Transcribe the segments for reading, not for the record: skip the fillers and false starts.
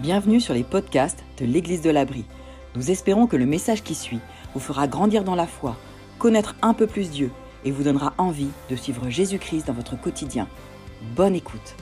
Bienvenue sur les podcasts de l'Église de l'Abri. Nous espérons que le message qui suit vous fera grandir dans la foi, connaître un peu plus Dieu et vous donnera envie de suivre Jésus-Christ dans votre quotidien. Bonne écoute.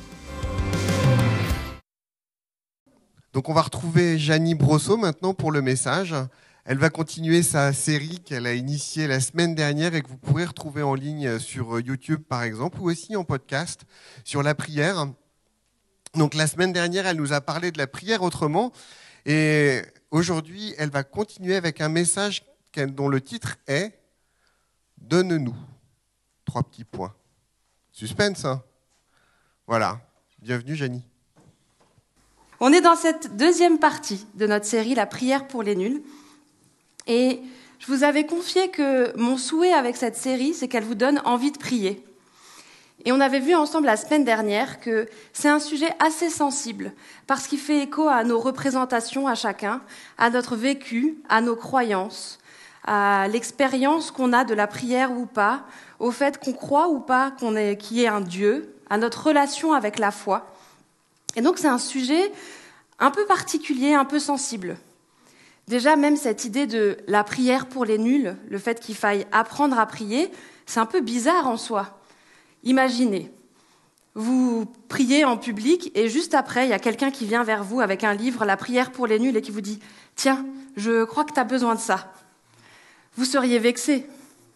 Donc on va retrouver Janie Brosseau maintenant pour le message. Elle va continuer sa série qu'elle a initiée la semaine dernière et que vous pourrez retrouver en ligne sur YouTube par exemple ou aussi en podcast sur la prière. Donc la semaine dernière, elle nous a parlé de la prière autrement et aujourd'hui, elle va continuer avec un message dont le titre est « Donne-nous ». 3 petits points. Suspense, hein ? Voilà. Bienvenue, Janie. On est dans cette deuxième partie de notre série, la prière pour les nuls. Et je vous avais confié que mon souhait avec cette série, c'est qu'elle vous donne envie de prier. Et on avait vu ensemble la semaine dernière que c'est un sujet assez sensible, parce qu'il fait écho à nos représentations à chacun, à notre vécu, à nos croyances, à l'expérience qu'on a de la prière ou pas, au fait qu'on croit ou pas qu'il y ait un Dieu, à notre relation avec la foi. Et donc c'est un sujet un peu particulier, un peu sensible. Déjà, même cette idée de la prière pour les nuls, le fait qu'il faille apprendre à prier, c'est un peu bizarre en soi. Imaginez, vous priez en public et juste après, il y a quelqu'un qui vient vers vous avec un livre, La prière pour les nuls, et qui vous dit « Tiens, je crois que tu as besoin de ça ». Vous seriez vexé.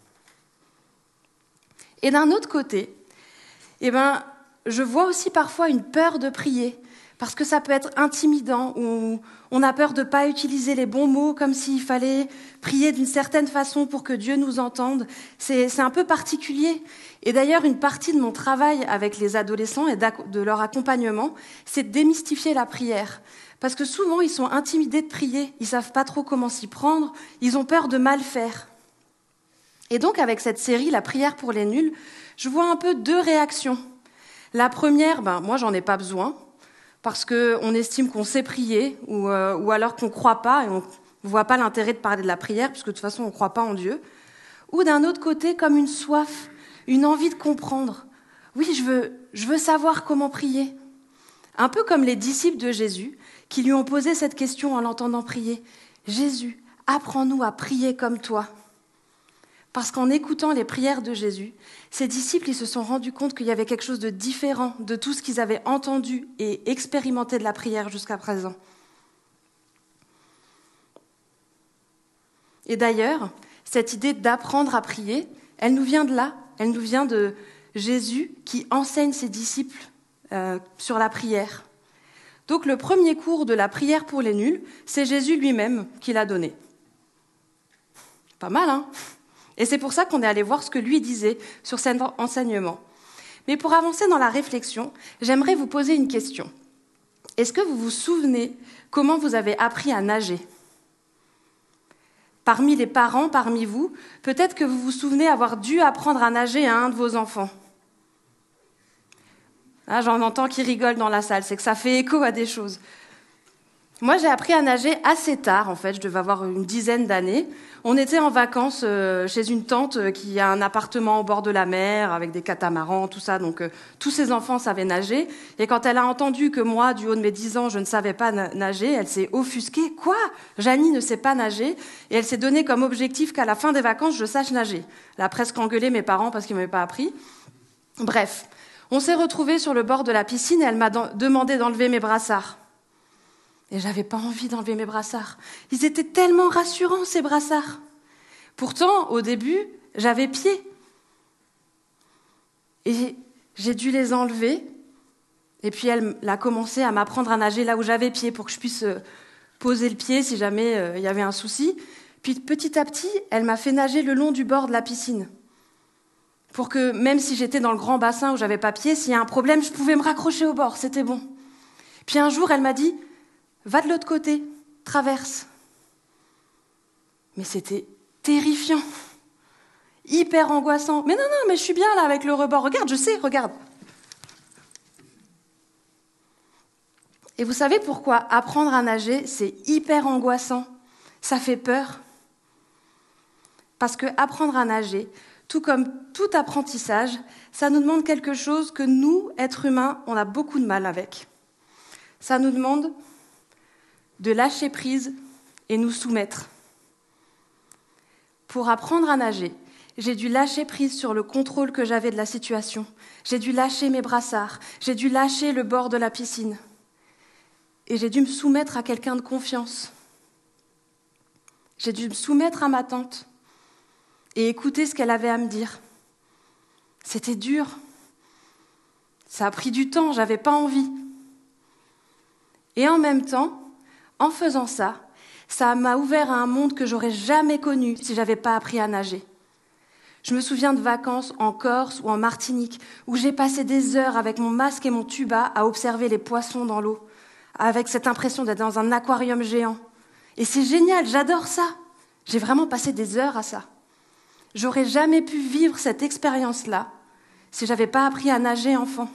Et d'un autre côté, je vois aussi parfois une peur de prier, parce que ça peut être intimidant, ou on a peur de ne pas utiliser les bons mots, comme s'il fallait prier d'une certaine façon pour que Dieu nous entende. C'est un peu particulier. Et d'ailleurs, une partie de mon travail avec les adolescents et de leur accompagnement, c'est de démystifier la prière. Parce que souvent, ils sont intimidés de prier, ils ne savent pas trop comment s'y prendre, ils ont peur de mal faire. Et donc, avec cette série, La prière pour les nuls, je vois un peu deux réactions. La première, moi, j'en ai pas besoin, parce qu'on estime qu'on sait prier, ou alors qu'on ne croit pas, et on ne voit pas l'intérêt de parler de la prière, puisque de toute façon, on ne croit pas en Dieu. Ou d'un autre côté, comme une soif, une envie de comprendre. Oui, je veux savoir comment prier. Un peu comme les disciples de Jésus, qui lui ont posé cette question en l'entendant prier. « Jésus, apprends-nous à prier comme toi ». Parce qu'en écoutant les prières de Jésus, ces disciples ils se sont rendus compte qu'il y avait quelque chose de différent de tout ce qu'ils avaient entendu et expérimenté de la prière jusqu'à présent. Et d'ailleurs, cette idée d'apprendre à prier, elle nous vient de là, elle nous vient de Jésus qui enseigne ses disciples sur la prière. Donc le premier cours de la prière pour les nuls, c'est Jésus lui-même qui l'a donné. Pas mal, hein ? Et c'est pour ça qu'on est allé voir ce que lui disait sur cet enseignement. Mais pour avancer dans la réflexion, j'aimerais vous poser une question. Est-ce que vous vous souvenez comment vous avez appris à nager ? Parmi les parents, parmi vous, peut-être que vous vous souvenez avoir dû apprendre à nager à un de vos enfants. Ah, j'en entends qui rigolent dans la salle, c'est que ça fait écho à des choses. Moi, j'ai appris à nager assez tard, en fait, je devais avoir une dizaine d'années. On était en vacances chez une tante qui a un appartement au bord de la mer, avec des catamarans, tout ça, donc tous ses enfants savaient nager. Et quand elle a entendu que moi, du haut de mes 10 ans, je ne savais pas nager, elle s'est offusquée. « Quoi ? Janie ne sait pas nager ?» Et elle s'est donné comme objectif qu'à la fin des vacances, je sache nager. Elle a presque engueulé mes parents parce qu'ils ne m'avaient pas appris. Bref, on s'est retrouvés sur le bord de la piscine et elle m'a demandé d'enlever mes brassards. Et j'avais pas envie d'enlever mes brassards. Ils étaient tellement rassurants, ces brassards. Pourtant, au début, j'avais pied. Et j'ai dû les enlever. Et puis elle a commencé à m'apprendre à nager là où j'avais pied pour que je puisse poser le pied si jamais il y avait un souci. Puis petit à petit, elle m'a fait nager le long du bord de la piscine. Pour que même si j'étais dans le grand bassin où j'avais pas pied, s'il y a un problème, je pouvais me raccrocher au bord, c'était bon. Puis un jour, elle m'a dit « Va de l'autre côté, traverse ». Mais c'était terrifiant, hyper angoissant. « Mais non, mais je suis bien là avec le rebord, regarde, je sais, regarde ». Et vous savez pourquoi apprendre à nager, c'est hyper angoissant, ça fait peur. Parce que apprendre à nager, tout comme tout apprentissage, ça nous demande quelque chose que nous, êtres humains, on a beaucoup de mal avec. Ça nous demande de lâcher prise et nous soumettre. Pour apprendre à nager, j'ai dû lâcher prise sur le contrôle que j'avais de la situation. J'ai dû lâcher mes brassards, j'ai dû lâcher le bord de la piscine. Et j'ai dû me soumettre à quelqu'un de confiance. J'ai dû me soumettre à ma tante et écouter ce qu'elle avait à me dire. C'était dur. Ça a pris du temps, j'avais pas envie. Et en même temps, en faisant ça, ça m'a ouvert à un monde que j'aurais jamais connu si j'avais pas appris à nager. Je me souviens de vacances en Corse ou en Martinique où j'ai passé des heures avec mon masque et mon tuba à observer les poissons dans l'eau, avec cette impression d'être dans un aquarium géant. Et c'est génial, j'adore ça. J'ai vraiment passé des heures à ça. J'aurais jamais pu vivre cette expérience-là si j'avais pas appris à nager enfant.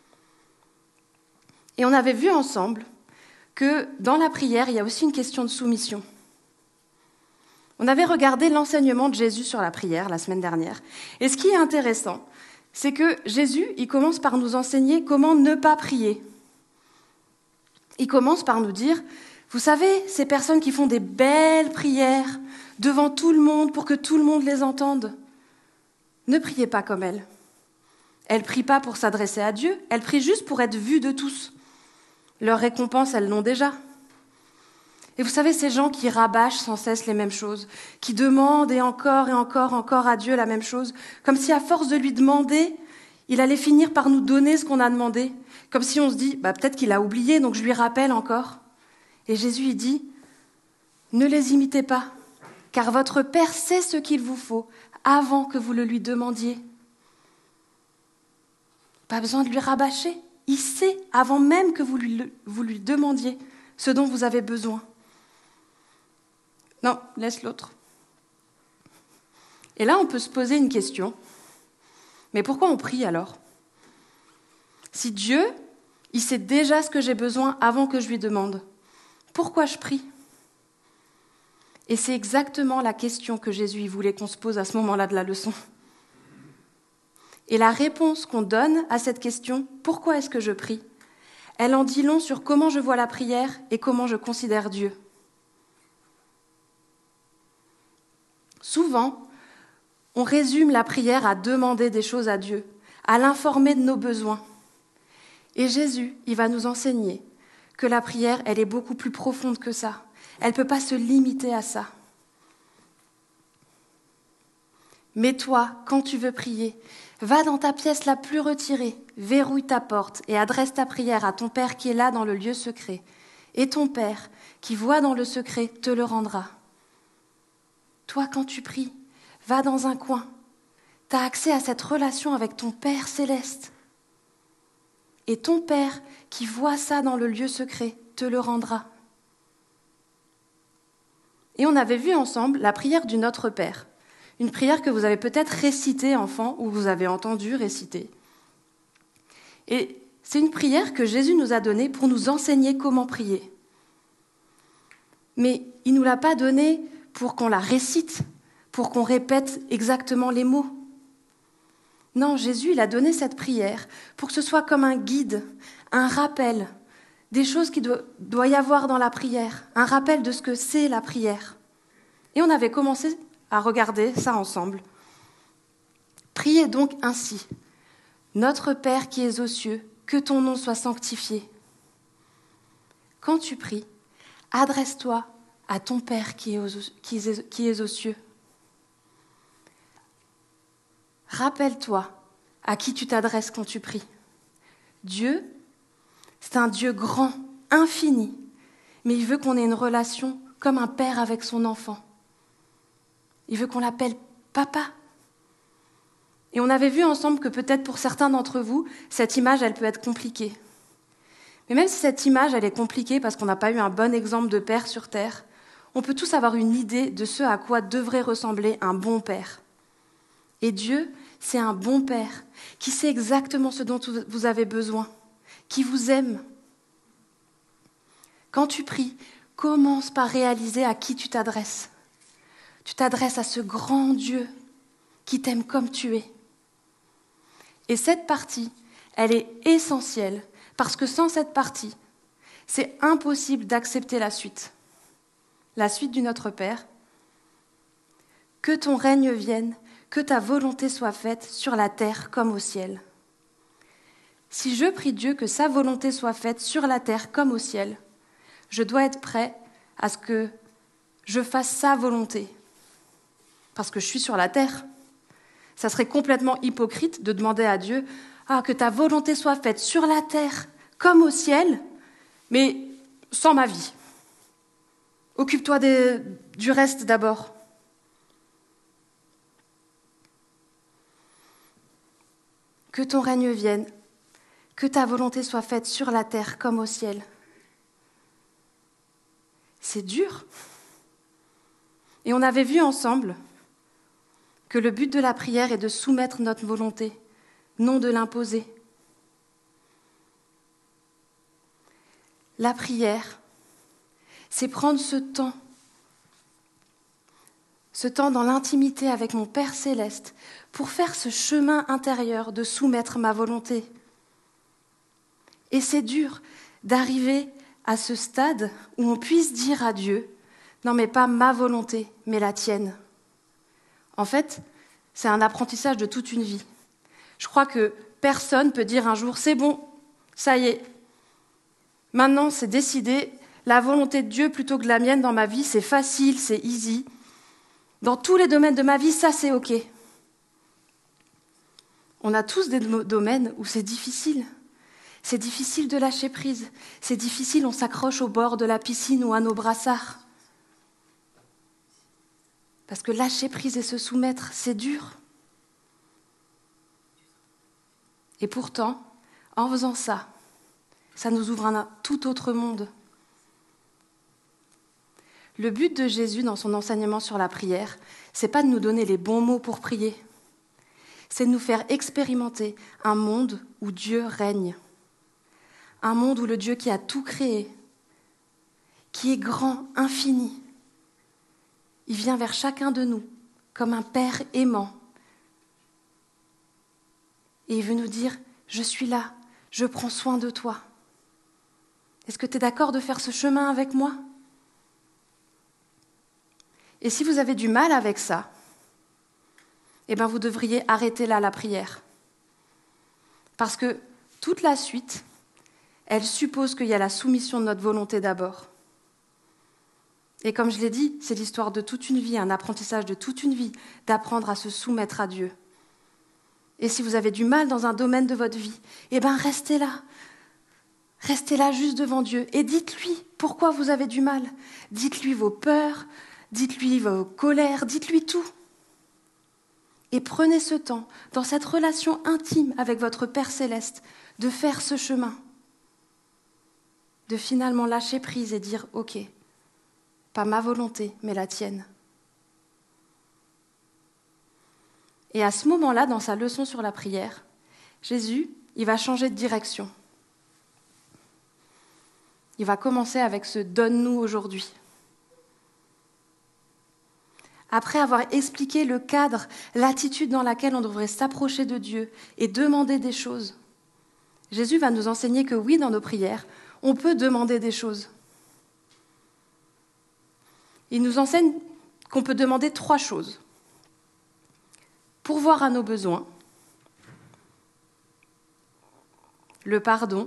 Et on avait vu ensemble que dans la prière, il y a aussi une question de soumission. On avait regardé l'enseignement de Jésus sur la prière la semaine dernière. Et ce qui est intéressant, c'est que Jésus, il commence par nous enseigner comment ne pas prier. Il commence par nous dire, vous savez, ces personnes qui font des belles prières devant tout le monde pour que tout le monde les entende, ne priez pas comme elles. Elles ne prient pas pour s'adresser à Dieu, elles prient juste pour être vues de tous. Leur récompense, elles l'ont déjà. Et vous savez, ces gens qui rabâchent sans cesse les mêmes choses, qui demandent et encore à Dieu la même chose, comme si à force de lui demander, il allait finir par nous donner ce qu'on a demandé, comme si on se dit, peut-être qu'il a oublié, donc je lui rappelle encore. Et Jésus, il dit, ne les imitez pas, car votre Père sait ce qu'il vous faut avant que vous le lui demandiez. Pas besoin de lui rabâcher, il sait avant même que vous lui demandiez ce dont vous avez besoin. Non, laisse l'autre. Et là, on peut se poser une question. Mais pourquoi on prie alors ? Si Dieu, il sait déjà ce que j'ai besoin avant que je lui demande, pourquoi je prie ? Et c'est exactement la question que Jésus voulait qu'on se pose à ce moment-là de la leçon. Et la réponse qu'on donne à cette question, pourquoi est-ce que je prie ? Elle en dit long sur comment je vois la prière et comment je considère Dieu. Souvent, on résume la prière à demander des choses à Dieu, à l'informer de nos besoins. Et Jésus, il va nous enseigner que la prière, elle est beaucoup plus profonde que ça. Elle ne peut pas se limiter à ça. Mais toi, quand tu veux prier, va dans ta pièce la plus retirée, verrouille ta porte et adresse ta prière à ton Père qui est là dans le lieu secret. Et ton Père, qui voit dans le secret, te le rendra. Toi, quand tu pries, va dans un coin. Tu as accès à cette relation avec ton Père céleste. Et ton Père, qui voit ça dans le lieu secret, te le rendra. Et on avait vu ensemble la prière du Notre Père. Une prière que vous avez peut-être récitée, enfant, ou vous avez entendu réciter. Et c'est une prière que Jésus nous a donnée pour nous enseigner comment prier. Mais il ne nous l'a pas donnée pour qu'on la récite, pour qu'on répète exactement les mots. Non, Jésus, il a donné cette prière pour que ce soit comme un guide, un rappel des choses qu'il doit y avoir dans la prière, un rappel de ce que c'est la prière. Et on avait commencé à regarder ça ensemble. Priez donc ainsi. Notre Père qui es aux cieux, que ton nom soit sanctifié. Quand tu pries, adresse-toi à ton Père qui est aux cieux. Rappelle-toi à qui tu t'adresses quand tu pries. Dieu, c'est un Dieu grand, infini, mais il veut qu'on ait une relation comme un père avec son enfant. Il veut qu'on l'appelle papa. Et on avait vu ensemble que peut-être pour certains d'entre vous, cette image, elle peut être compliquée. Mais même si cette image, elle est compliquée parce qu'on n'a pas eu un bon exemple de père sur terre, on peut tous avoir une idée de ce à quoi devrait ressembler un bon père. Et Dieu, c'est un bon père qui sait exactement ce dont vous avez besoin, qui vous aime. Quand tu pries, commence par réaliser à qui tu t'adresses. Tu t'adresses à ce grand Dieu qui t'aime comme tu es. Et cette partie, elle est essentielle parce que sans cette partie, c'est impossible d'accepter la suite. La suite du Notre Père. Que ton règne vienne, que ta volonté soit faite sur la terre comme au ciel. Si je prie Dieu que sa volonté soit faite sur la terre comme au ciel, je dois être prêt à ce que je fasse sa volonté. Parce que je suis sur la terre. Ça serait complètement hypocrite de demander à Dieu que ta volonté soit faite sur la terre comme au ciel, mais sans ma vie. Occupe-toi du reste d'abord. Que ton règne vienne, que ta volonté soit faite sur la terre comme au ciel. C'est dur. Et on avait vu ensemble que le but de la prière est de soumettre notre volonté, non de l'imposer. La prière, c'est prendre ce temps dans l'intimité avec mon Père céleste, pour faire ce chemin intérieur de soumettre ma volonté. Et c'est dur d'arriver à ce stade où on puisse dire à Dieu, non mais pas ma volonté, mais la tienne. En fait, c'est un apprentissage de toute une vie. Je crois que personne peut dire un jour, c'est bon, ça y est. Maintenant, c'est décidé, la volonté de Dieu plutôt que la mienne dans ma vie, c'est facile, c'est easy. Dans tous les domaines de ma vie, ça c'est OK. On a tous des domaines où c'est difficile. C'est difficile de lâcher prise. C'est difficile, on s'accroche au bord de la piscine ou à nos brassards. Parce que lâcher prise et se soumettre, c'est dur. Et pourtant, en faisant ça, ça nous ouvre un tout autre monde. Le but de Jésus dans son enseignement sur la prière, c'est pas de nous donner les bons mots pour prier. C'est de nous faire expérimenter un monde où Dieu règne. Un monde où le Dieu qui a tout créé, qui est grand, infini, il vient vers chacun de nous comme un Père aimant. Et il veut nous dire, je suis là, je prends soin de toi. Est-ce que tu es d'accord de faire ce chemin avec moi ? Et si vous avez du mal avec ça, eh bien vous devriez arrêter là la prière. Parce que toute la suite, elle suppose qu'il y a la soumission de notre volonté d'abord. Et comme je l'ai dit, c'est l'histoire de toute une vie, un apprentissage de toute une vie, d'apprendre à se soumettre à Dieu. Et si vous avez du mal dans un domaine de votre vie, eh bien restez là. Restez là juste devant Dieu et dites-lui pourquoi vous avez du mal. Dites-lui vos peurs, dites-lui vos colères, dites-lui tout. Et prenez ce temps, dans cette relation intime avec votre Père céleste, de faire ce chemin. De finalement lâcher prise et dire « Ok, pas ma volonté, mais la tienne ». Et à ce moment-là, dans sa leçon sur la prière, Jésus, il va changer de direction. Il va commencer avec ce « donne-nous aujourd'hui ». Après avoir expliqué le cadre, l'attitude dans laquelle on devrait s'approcher de Dieu et demander des choses, Jésus va nous enseigner que oui, dans nos prières, on peut demander des choses. Il nous enseigne qu'on peut demander 3 choses. Pourvoir à nos besoins, le pardon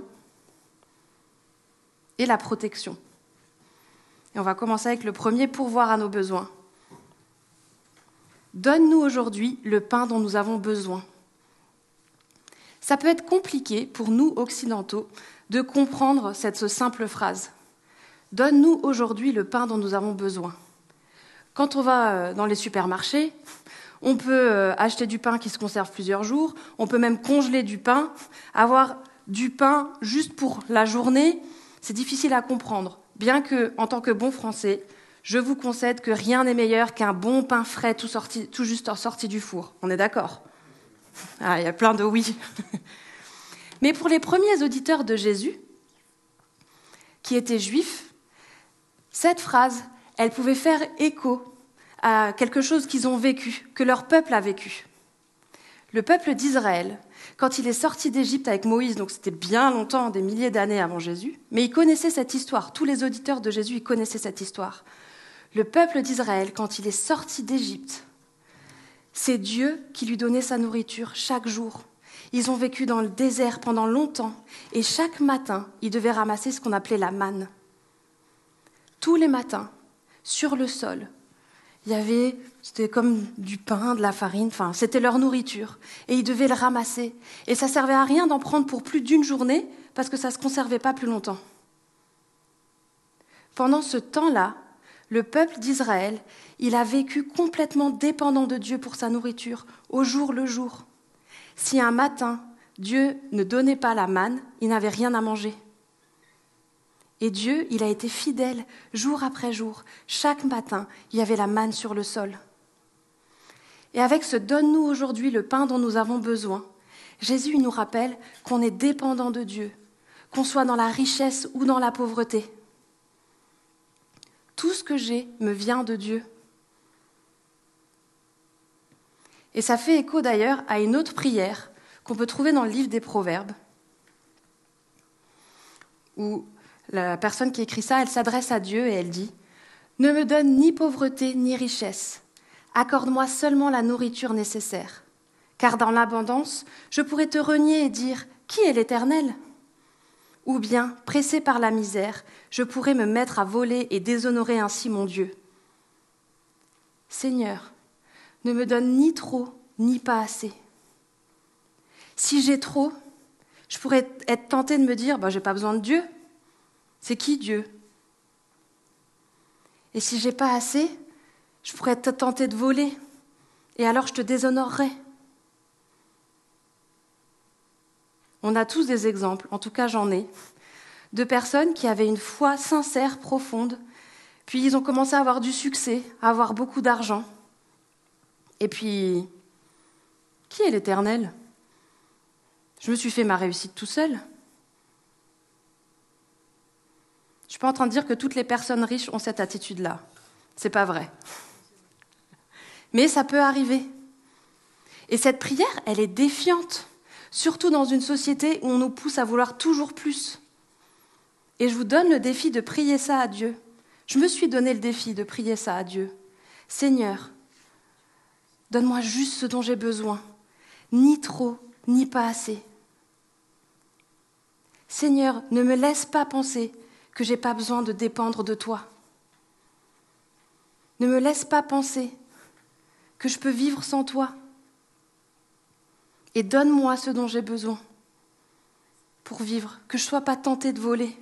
et la protection. Et on va commencer avec le premier, pourvoir à nos besoins. Donne-nous aujourd'hui le pain dont nous avons besoin. Ça peut être compliqué pour nous, occidentaux, de comprendre cette simple phrase. Donne-nous aujourd'hui le pain dont nous avons besoin. Quand on va dans les supermarchés, on peut acheter du pain qui se conserve plusieurs jours, on peut même congeler du pain, avoir du pain juste pour la journée, c'est difficile à comprendre. Bien que, en tant que bon Français, je vous concède que rien n'est meilleur qu'un bon pain frais tout juste sorti du four. On est d'accord ? Ah, il y a plein de oui. Mais pour les premiers auditeurs de Jésus, qui étaient juifs, cette phrase, elle pouvait faire écho à quelque chose qu'ils ont vécu, que leur peuple a vécu. Le peuple d'Israël, quand il est sorti d'Égypte avec Moïse, donc c'était bien longtemps, des milliers d'années avant Jésus, mais il connaissait cette histoire. Tous les auditeurs de Jésus, ils connaissaient cette histoire. Le peuple d'Israël, quand il est sorti d'Égypte, c'est Dieu qui lui donnait sa nourriture chaque jour. Ils ont vécu dans le désert pendant longtemps et chaque matin, ils devaient ramasser ce qu'on appelait la manne. Tous les matins, sur le sol, c'était comme du pain, de la farine, c'était leur nourriture. Et ils devaient le ramasser. Et ça ne servait à rien d'en prendre pour plus d'une journée parce que ça ne se conservait pas plus longtemps. Pendant ce temps-là, le peuple d'Israël, il a vécu complètement dépendant de Dieu pour sa nourriture, au jour le jour. Si un matin, Dieu ne donnait pas la manne, il n'avait rien à manger. Et Dieu, il a été fidèle jour après jour. Chaque matin, il y avait la manne sur le sol. Et avec ce « donne-nous aujourd'hui le pain dont nous avons besoin », Jésus nous rappelle qu'on est dépendant de Dieu, qu'on soit dans la richesse ou dans la pauvreté. Tout ce que j'ai me vient de Dieu. Et ça fait écho d'ailleurs à une autre prière qu'on peut trouver dans le livre des Proverbes, où la personne qui écrit ça, elle s'adresse à Dieu et elle dit « Ne me donne ni pauvreté ni richesse, accorde-moi seulement la nourriture nécessaire, car dans l'abondance, je pourrais te renier et dire « Qui est l'Éternel ?» Ou bien, pressé par la misère, je pourrais me mettre à voler et déshonorer ainsi mon Dieu. Seigneur, ne me donne ni trop, ni pas assez. Si j'ai trop, je pourrais être tentée de me dire « j'ai pas besoin de Dieu. C'est qui Dieu ?» Et si j'ai pas assez, je pourrais être tentée de voler. Et alors je te déshonorerai. On a tous des exemples, en tout cas j'en ai, de personnes qui avaient une foi sincère, profonde, puis ils ont commencé à avoir du succès, à avoir beaucoup d'argent. Et puis, qui est l'Éternel ? Je me suis fait ma réussite tout seul. Je ne suis pas en train de dire que toutes les personnes riches ont cette attitude-là. C'est pas vrai. Mais ça peut arriver. Et cette prière, elle est défiante. Surtout dans une société où on nous pousse à vouloir toujours plus. Et je vous donne le défi de prier ça à Dieu. Je me suis donné le défi de prier ça à Dieu. Seigneur, donne-moi juste ce dont j'ai besoin, ni trop, ni pas assez. Seigneur, ne me laisse pas penser que je n'ai pas besoin de dépendre de toi. Ne me laisse pas penser que je peux vivre sans toi. Et donne-moi ce dont j'ai besoin pour vivre, que je ne sois pas tentée de voler.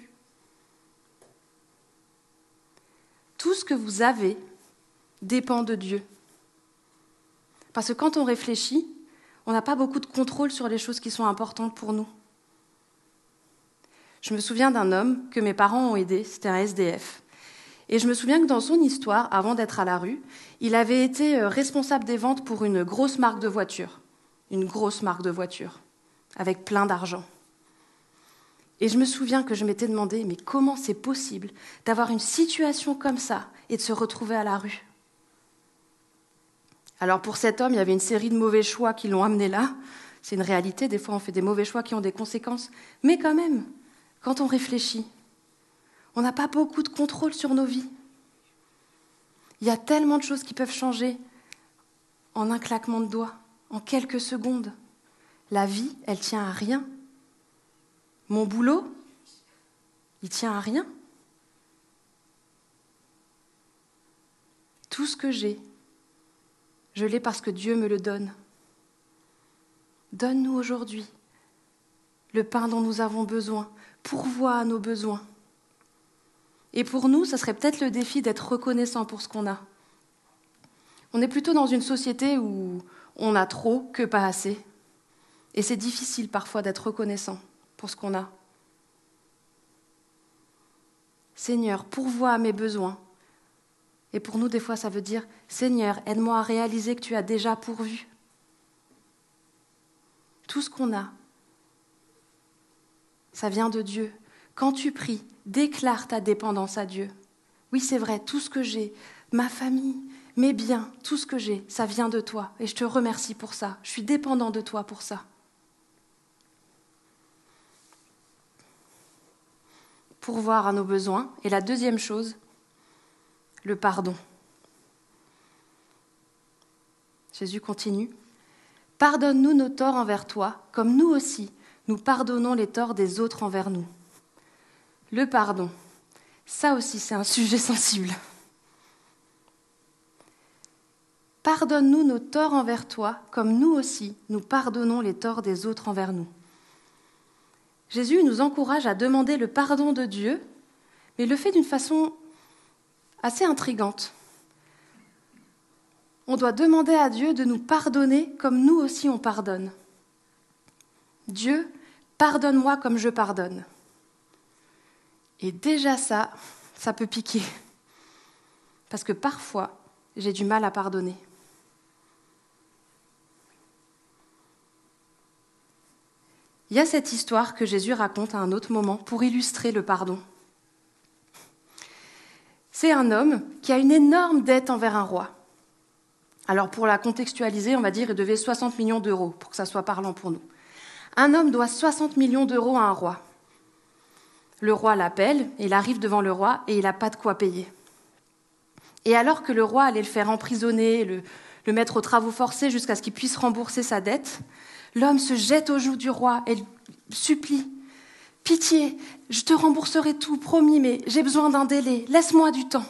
Tout ce que vous avez dépend de Dieu. Parce que quand on réfléchit, on n'a pas beaucoup de contrôle sur les choses qui sont importantes pour nous. Je me souviens d'un homme que mes parents ont aidé, c'était un SDF. Et je me souviens que dans son histoire, avant d'être à la rue, il avait été responsable des ventes pour une grosse marque de voiture. Une grosse marque de voiture, avec plein d'argent. Et je me souviens que je m'étais demandé, mais comment c'est possible d'avoir une situation comme ça et de se retrouver à la rue ? Alors pour cet homme, il y avait une série de mauvais choix qui l'ont amené là. C'est une réalité, des fois on fait des mauvais choix qui ont des conséquences. Mais quand même, quand on réfléchit, on n'a pas beaucoup de contrôle sur nos vies. Il y a tellement de choses qui peuvent changer en un claquement de doigts. En quelques secondes. La vie, elle tient à rien. Mon boulot, il tient à rien. Tout ce que j'ai, je l'ai parce que Dieu me le donne. Donne-nous aujourd'hui le pain dont nous avons besoin, pourvois à nos besoins. Et pour nous, ça serait peut-être le défi d'être reconnaissant pour ce qu'on a. On est plutôt dans une société où on a trop que pas assez. Et c'est difficile parfois d'être reconnaissant pour ce qu'on a. Seigneur, pourvois à mes besoins. Et pour nous, des fois, ça veut dire « Seigneur, aide-moi à réaliser que tu as déjà pourvu. » Tout ce qu'on a, ça vient de Dieu. Quand tu pries, déclare ta dépendance à Dieu. Oui, c'est vrai, tout ce que j'ai, ma famille, mes biens, tout ce que j'ai, ça vient de toi. Et je te remercie pour ça. Je suis dépendant de toi pour ça. pourvoir à nos besoins. Et la deuxième chose, le pardon. Jésus continue. « Pardonne-nous nos torts envers toi, comme nous aussi, nous pardonnons les torts des autres envers nous. » Le pardon, ça aussi c'est un sujet sensible. « Pardonne-nous nos torts envers toi, comme nous aussi, nous pardonnons les torts des autres envers nous. » Jésus nous encourage à demander le pardon de Dieu, mais il le fait d'une façon assez intrigante. On doit demander à Dieu de nous pardonner comme nous aussi on pardonne. Dieu, pardonne-moi comme je pardonne. Et déjà ça peut piquer. Parce que parfois, j'ai du mal à pardonner. Il y a cette histoire que Jésus raconte à un autre moment pour illustrer le pardon. C'est un homme qui a une énorme dette envers un roi. Alors pour la contextualiser, on va dire qu'il devait 60 millions d'euros, pour que ça soit parlant pour nous. Un homme doit 60 millions d'euros à un roi. Le roi l'appelle, il arrive devant le roi et il n'a pas de quoi payer. Et alors que le roi allait le faire emprisonner, le mettre aux travaux forcés jusqu'à ce qu'il puisse rembourser sa dette, l'homme se jette aux genoux du roi et supplie « Pitié, je te rembourserai tout, promis, mais j'ai besoin d'un délai, laisse-moi du temps. »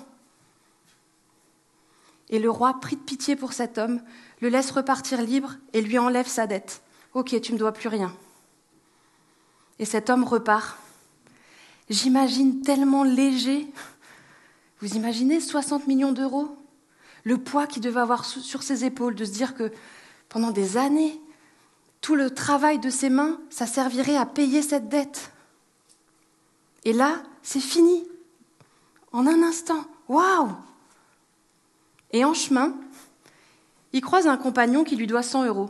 Et le roi, pris de pitié pour cet homme, le laisse repartir libre et lui enlève sa dette. « Ok, tu ne me dois plus rien. » Et cet homme repart. J'imagine tellement léger. Vous imaginez 60 millions d'euros ? Le poids qu'il devait avoir sur ses épaules, de se dire que pendant des années, tout le travail de ses mains, ça servirait à payer cette dette. Et là, c'est fini. En un instant. Waouh ! Et en chemin, il croise un compagnon qui lui doit 100 euros.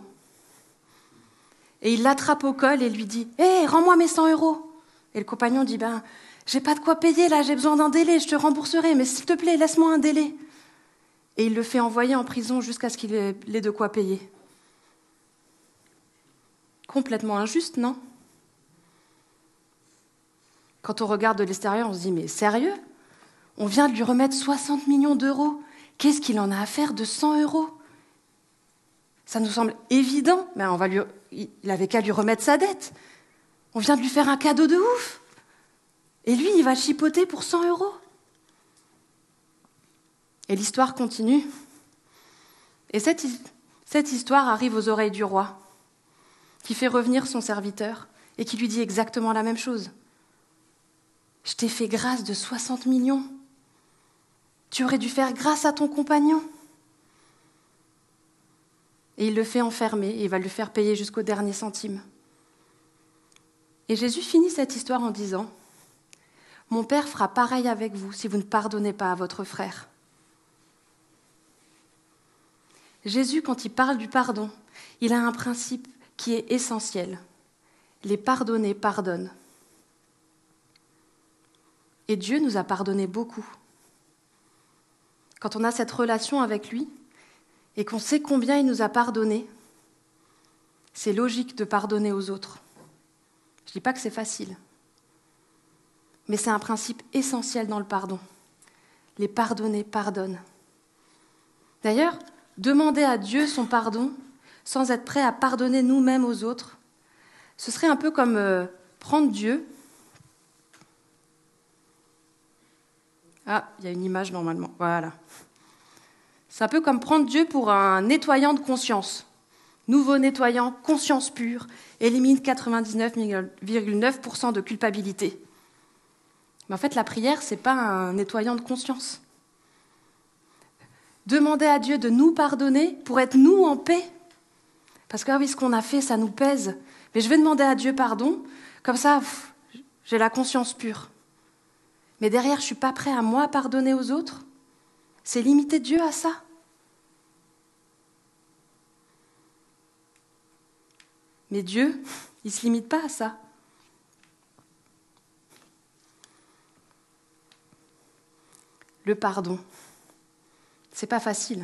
Et il l'attrape au col et lui dit « Hé, rends-moi mes 100 euros !» Et le compagnon dit « J'ai pas de quoi payer là, j'ai besoin d'un délai, je te rembourserai, mais s'il te plaît, laisse-moi un délai. » Et il le fait envoyer en prison jusqu'à ce qu'il ait de quoi payer. Complètement injuste, non ? Quand on regarde de l'extérieur, on se dit « Mais sérieux ? On vient de lui remettre 60 millions d'euros. Qu'est-ce qu'il en a à faire de 100 euros ? Ça nous semble évident, mais il n'avait qu'à lui remettre sa dette. On vient de lui faire un cadeau de ouf. Et lui, il va chipoter pour 100 euros. Et l'histoire continue. Et cette histoire arrive aux oreilles du roi, qui fait revenir son serviteur et qui lui dit exactement la même chose. « Je t'ai fait grâce de 60 millions. Tu aurais dû faire grâce à ton compagnon. » Et il le fait enfermer et il va le faire payer jusqu'au dernier centime. Et Jésus finit cette histoire en disant « Mon Père fera pareil avec vous si vous ne pardonnez pas à votre frère. » Jésus, quand il parle du pardon, il a un principe qui est essentiel. Les pardonnés pardonnent. Et Dieu nous a pardonné beaucoup. Quand on a cette relation avec lui et qu'on sait combien il nous a pardonné, c'est logique de pardonner aux autres. Je ne dis pas que c'est facile, mais c'est un principe essentiel dans le pardon. Les pardonnés pardonnent. D'ailleurs, demander à Dieu son pardon sans être prêt à pardonner nous-mêmes aux autres, ce serait un peu comme prendre Dieu. Ah, il y a une image normalement, voilà. C'est un peu comme prendre Dieu pour un nettoyant de conscience. Nouveau nettoyant, conscience pure, élimine 99,9% de culpabilité. Mais en fait, la prière, ce n'est pas un nettoyant de conscience. Demander à Dieu de nous pardonner pour être nous en paix. Parce que oui, ce qu'on a fait, ça nous pèse. Mais je vais demander à Dieu pardon, comme ça, j'ai la conscience pure. Mais derrière, je ne suis pas prêt à moi pardonner aux autres. C'est limiter Dieu à ça. Mais Dieu, il ne se limite pas à ça. Le pardon, c'est pas facile.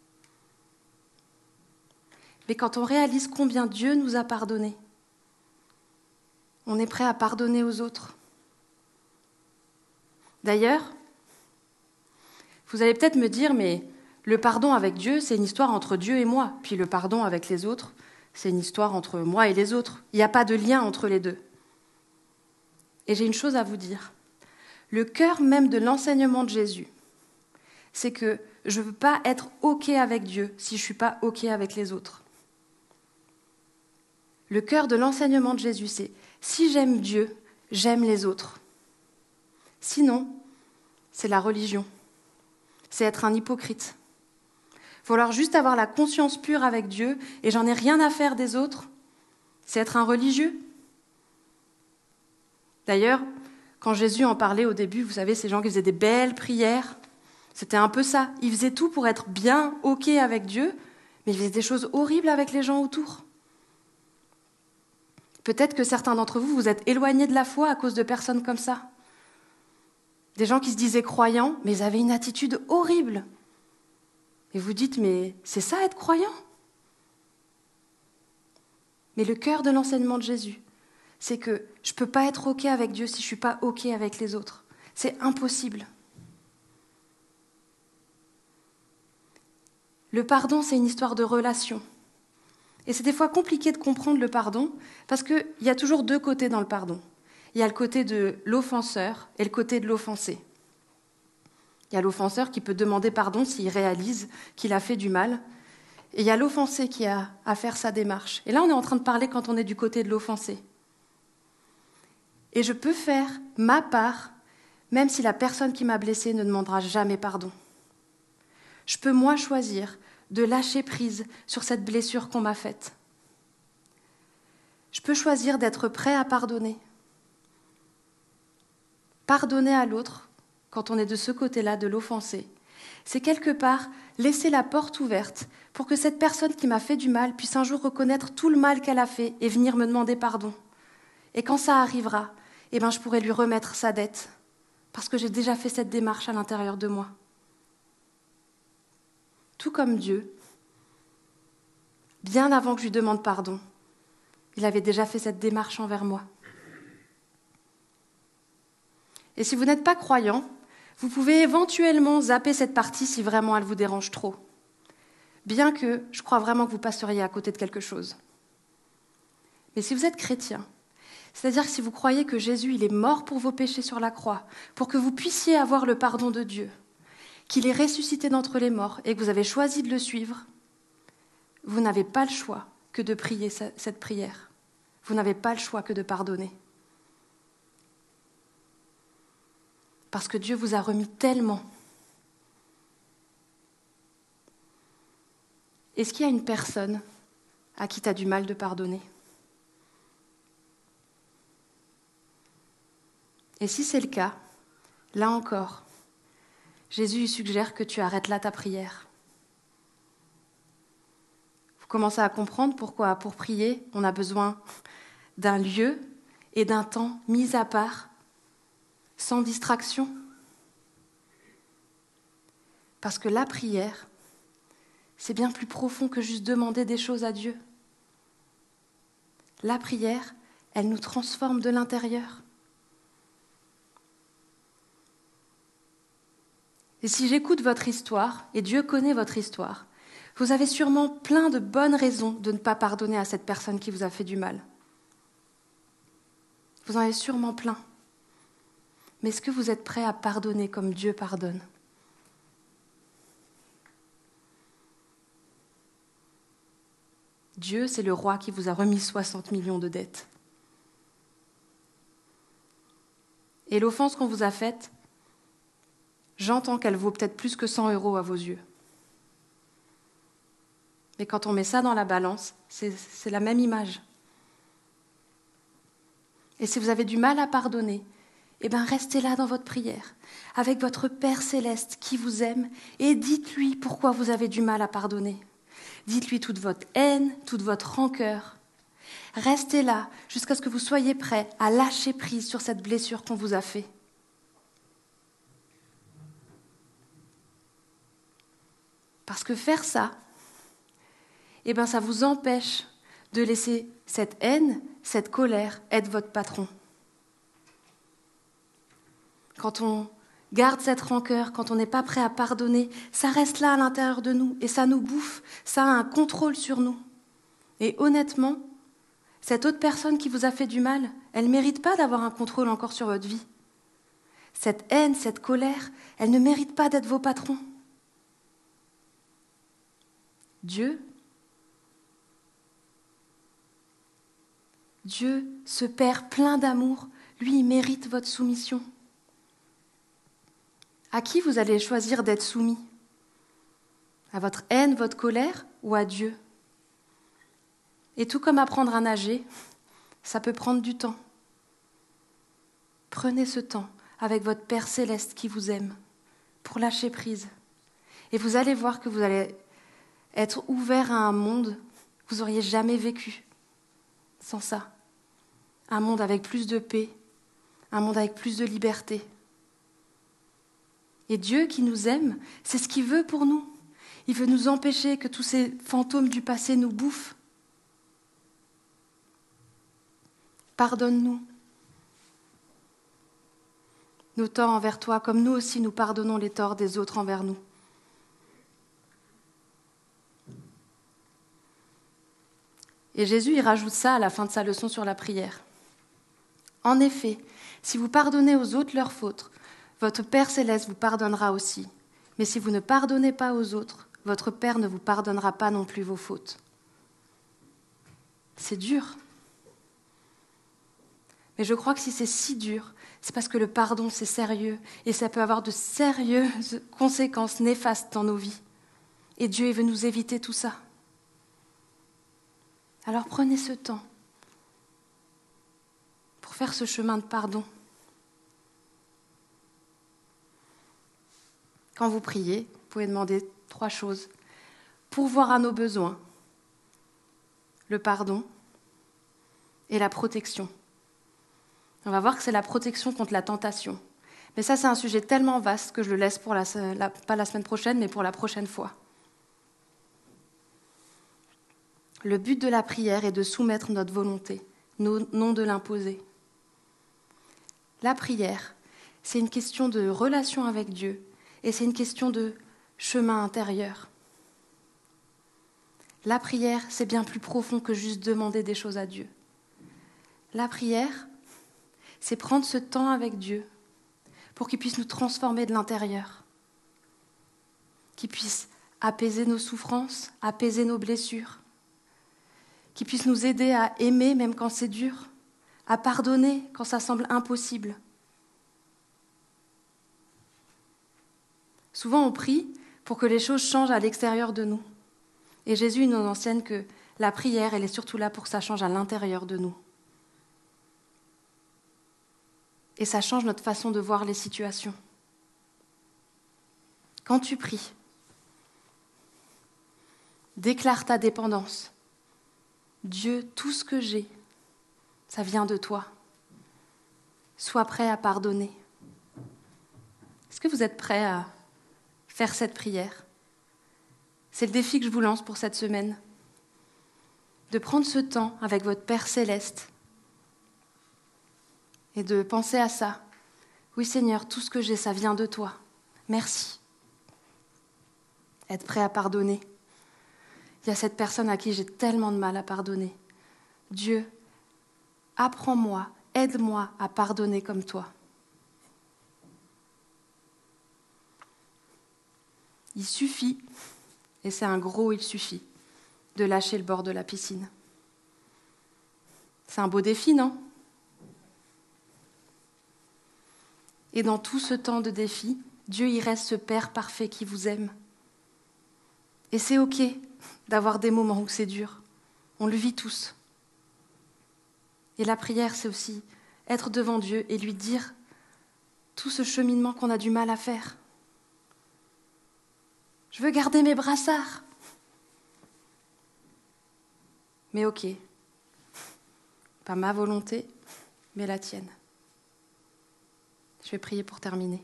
Mais quand on réalise combien Dieu nous a pardonné, on est prêt à pardonner aux autres. D'ailleurs, vous allez peut-être me dire, mais le pardon avec Dieu, c'est une histoire entre Dieu et moi. Puis le pardon avec les autres, c'est une histoire entre moi et les autres. Il n'y a pas de lien entre les deux. Et j'ai une chose à vous dire. Le cœur même de l'enseignement de Jésus, c'est que je ne veux pas être OK avec Dieu si je ne suis pas OK avec les autres. Le cœur de l'enseignement de Jésus, c'est si j'aime Dieu, j'aime les autres. Sinon, c'est la religion. C'est être un hypocrite. Vouloir juste avoir la conscience pure avec Dieu et j'en ai rien à faire des autres, c'est être un religieux. D'ailleurs, quand Jésus en parlait au début, vous savez, ces gens qui faisaient des belles prières, c'était un peu ça. Ils faisaient tout pour être bien OK avec Dieu, mais ils faisaient des choses horribles avec les gens autour. Peut-être que certains d'entre vous, vous êtes éloignés de la foi à cause de personnes comme ça. Des gens qui se disaient croyants, mais ils avaient une attitude horrible. Et vous dites, mais c'est ça être croyant ? Mais le cœur de l'enseignement de Jésus, c'est que je ne peux pas être OK avec Dieu si je ne suis pas OK avec les autres. C'est impossible. Le pardon, c'est une histoire de relation. Et c'est des fois compliqué de comprendre le pardon, parce qu'il y a toujours deux côtés dans le pardon. Il y a le côté de l'offenseur et le côté de l'offensé. Il y a l'offenseur qui peut demander pardon s'il réalise qu'il a fait du mal. Et il y a l'offensé qui a à faire sa démarche. Et là, on est en train de parler quand on est du côté de l'offensé. Et je peux faire ma part, même si la personne qui m'a blessée ne demandera jamais pardon. Je peux, moi, choisir de lâcher prise sur cette blessure qu'on m'a faite. Je peux choisir d'être prêt à pardonner. Pardonner à l'autre, quand on est de ce côté-là, de l'offensé, c'est quelque part laisser la porte ouverte pour que cette personne qui m'a fait du mal puisse un jour reconnaître tout le mal qu'elle a fait et venir me demander pardon. Et quand ça arrivera, je pourrai lui remettre sa dette, parce que j'ai déjà fait cette démarche à l'intérieur de moi. Tout comme Dieu, bien avant que je lui demande pardon, il avait déjà fait cette démarche envers moi. Et si vous n'êtes pas croyant, vous pouvez éventuellement zapper cette partie si vraiment elle vous dérange trop. Bien que je crois vraiment que vous passeriez à côté de quelque chose. Mais si vous êtes chrétien, c'est-à-dire que si vous croyez que Jésus il est mort pour vos péchés sur la croix, pour que vous puissiez avoir le pardon de Dieu, qu'il est ressuscité d'entre les morts et que vous avez choisi de le suivre, vous n'avez pas le choix que de prier cette prière. Vous n'avez pas le choix que de pardonner. Parce que Dieu vous a remis tellement. Est-ce qu'il y a une personne à qui tu as du mal de pardonner ? Et si c'est le cas, là encore, Jésus suggère que tu arrêtes là ta prière. Vous commencez à comprendre pourquoi, pour prier, on a besoin d'un lieu et d'un temps mis à part, sans distraction. Parce que la prière, c'est bien plus profond que juste demander des choses à Dieu. La prière, elle nous transforme de l'intérieur. Et si j'écoute votre histoire, et Dieu connaît votre histoire, vous avez sûrement plein de bonnes raisons de ne pas pardonner à cette personne qui vous a fait du mal. Vous en avez sûrement plein. Mais est-ce que vous êtes prêt à pardonner comme Dieu pardonne ? Dieu, c'est le roi qui vous a remis 60 millions de dettes. Et l'offense qu'on vous a faite, j'entends qu'elle vaut peut-être plus que 100 € à vos yeux. Mais quand on met ça dans la balance, c'est la même image. Et si vous avez du mal à pardonner, restez là dans votre prière, avec votre Père Céleste qui vous aime, et dites-lui pourquoi vous avez du mal à pardonner. Dites-lui toute votre haine, toute votre rancœur. Restez là jusqu'à ce que vous soyez prêts à lâcher prise sur cette blessure qu'on vous a fait. Parce que faire ça, ça vous empêche de laisser cette haine, cette colère être votre patron. Quand on garde cette rancœur, quand on n'est pas prêt à pardonner, ça reste là à l'intérieur de nous et ça nous bouffe, ça a un contrôle sur nous. Et honnêtement, cette autre personne qui vous a fait du mal, elle ne mérite pas d'avoir un contrôle encore sur votre vie. Cette haine, cette colère, elle ne mérite pas d'être vos patrons. Dieu, ce Père plein d'amour, lui, il mérite votre soumission. À qui vous allez choisir d'être soumis ? À votre haine, votre colère ou à Dieu ? Et tout comme apprendre à nager, ça peut prendre du temps. Prenez ce temps avec votre Père céleste qui vous aime pour lâcher prise. Et vous allez voir que vous allez être ouvert à un monde que vous n'auriez jamais vécu sans ça. Un monde avec plus de paix, un monde avec plus de liberté. Et Dieu qui nous aime, c'est ce qu'il veut pour nous. Il veut nous empêcher que tous ces fantômes du passé nous bouffent. Pardonne-nous nos torts envers toi, comme nous aussi nous pardonnons les torts des autres envers nous. Et Jésus, il rajoute ça à la fin de sa leçon sur la prière. En effet, si vous pardonnez aux autres leurs fautes, votre Père céleste vous pardonnera aussi. Mais si vous ne pardonnez pas aux autres, votre Père ne vous pardonnera pas non plus vos fautes. C'est dur. Mais je crois que si c'est si dur, c'est parce que le pardon, c'est sérieux et ça peut avoir de sérieuses conséquences néfastes dans nos vies. Et Dieu veut nous éviter tout ça. Alors prenez ce temps pour faire ce chemin de pardon. Quand vous priez, vous pouvez demander 3 choses. Pourvoir à nos besoins, le pardon et la protection. On va voir que c'est la protection contre la tentation. Mais ça, c'est un sujet tellement vaste que je le laisse pour pas la semaine prochaine, mais pour la prochaine fois. Le but de la prière est de soumettre notre volonté, non de l'imposer. La prière, c'est une question de relation avec Dieu et c'est une question de chemin intérieur. La prière, c'est bien plus profond que juste demander des choses à Dieu. La prière, c'est prendre ce temps avec Dieu pour qu'il puisse nous transformer de l'intérieur, qu'il puisse apaiser nos souffrances, apaiser nos blessures, qu'il puisse nous aider à aimer même quand c'est dur, à pardonner quand ça semble impossible. Souvent, on prie pour que les choses changent à l'extérieur de nous. Et Jésus nous enseigne que la prière, elle est surtout là pour que ça change à l'intérieur de nous. Et ça change notre façon de voir les situations. Quand tu pries, déclare ta dépendance. Dieu, tout ce que j'ai, ça vient de toi. Sois prêt à pardonner. Est-ce que vous êtes prêts à faire cette prière ? C'est le défi que je vous lance pour cette semaine. De prendre ce temps avec votre Père céleste et de penser à ça. Oui Seigneur, tout ce que j'ai, ça vient de toi. Merci. Être prêt à pardonner. Il y a cette personne à qui j'ai tellement de mal à pardonner. Dieu, apprends-moi, aide-moi à pardonner comme toi. Il suffit, et c'est un gros il suffit, de lâcher le bord de la piscine. C'est un beau défi, non ? Et dans tout ce temps de défi, Dieu, il reste ce Père parfait qui vous aime. Et c'est OK d'avoir des moments où c'est dur. On le vit tous. Et la prière, c'est aussi être devant Dieu et lui dire tout ce cheminement qu'on a du mal à faire. Je veux garder mes brassards. Mais OK, pas ma volonté, mais la tienne. Je vais prier pour terminer.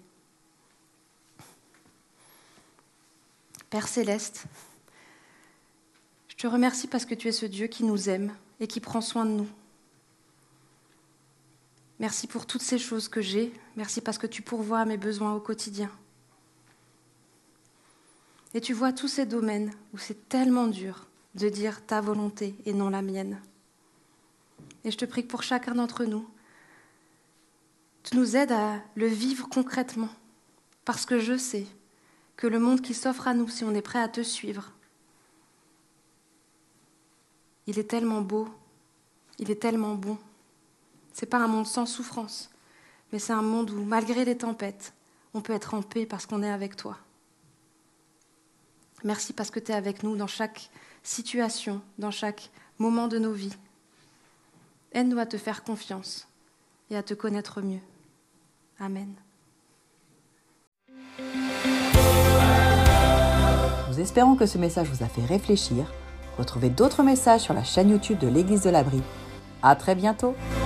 Père céleste, je te remercie parce que tu es ce Dieu qui nous aime et qui prend soin de nous. Merci pour toutes ces choses que j'ai. Merci parce que tu pourvois à mes besoins au quotidien. Et tu vois tous ces domaines où c'est tellement dur de dire ta volonté et non la mienne. Et je te prie que pour chacun d'entre nous, tu nous aides à le vivre concrètement. Parce que je sais que le monde qui s'offre à nous, si on est prêt à te suivre, il est tellement beau, il est tellement bon. C'est pas un monde sans souffrance, mais c'est un monde où, malgré les tempêtes, on peut être en paix parce qu'on est avec toi. Merci parce que tu es avec nous dans chaque situation, dans chaque moment de nos vies. Aide-nous à te faire confiance et à te connaître mieux. Amen. Nous espérons que ce message vous a fait réfléchir. Retrouvez d'autres messages sur la chaîne YouTube de l'Église de l'Abri. À très bientôt!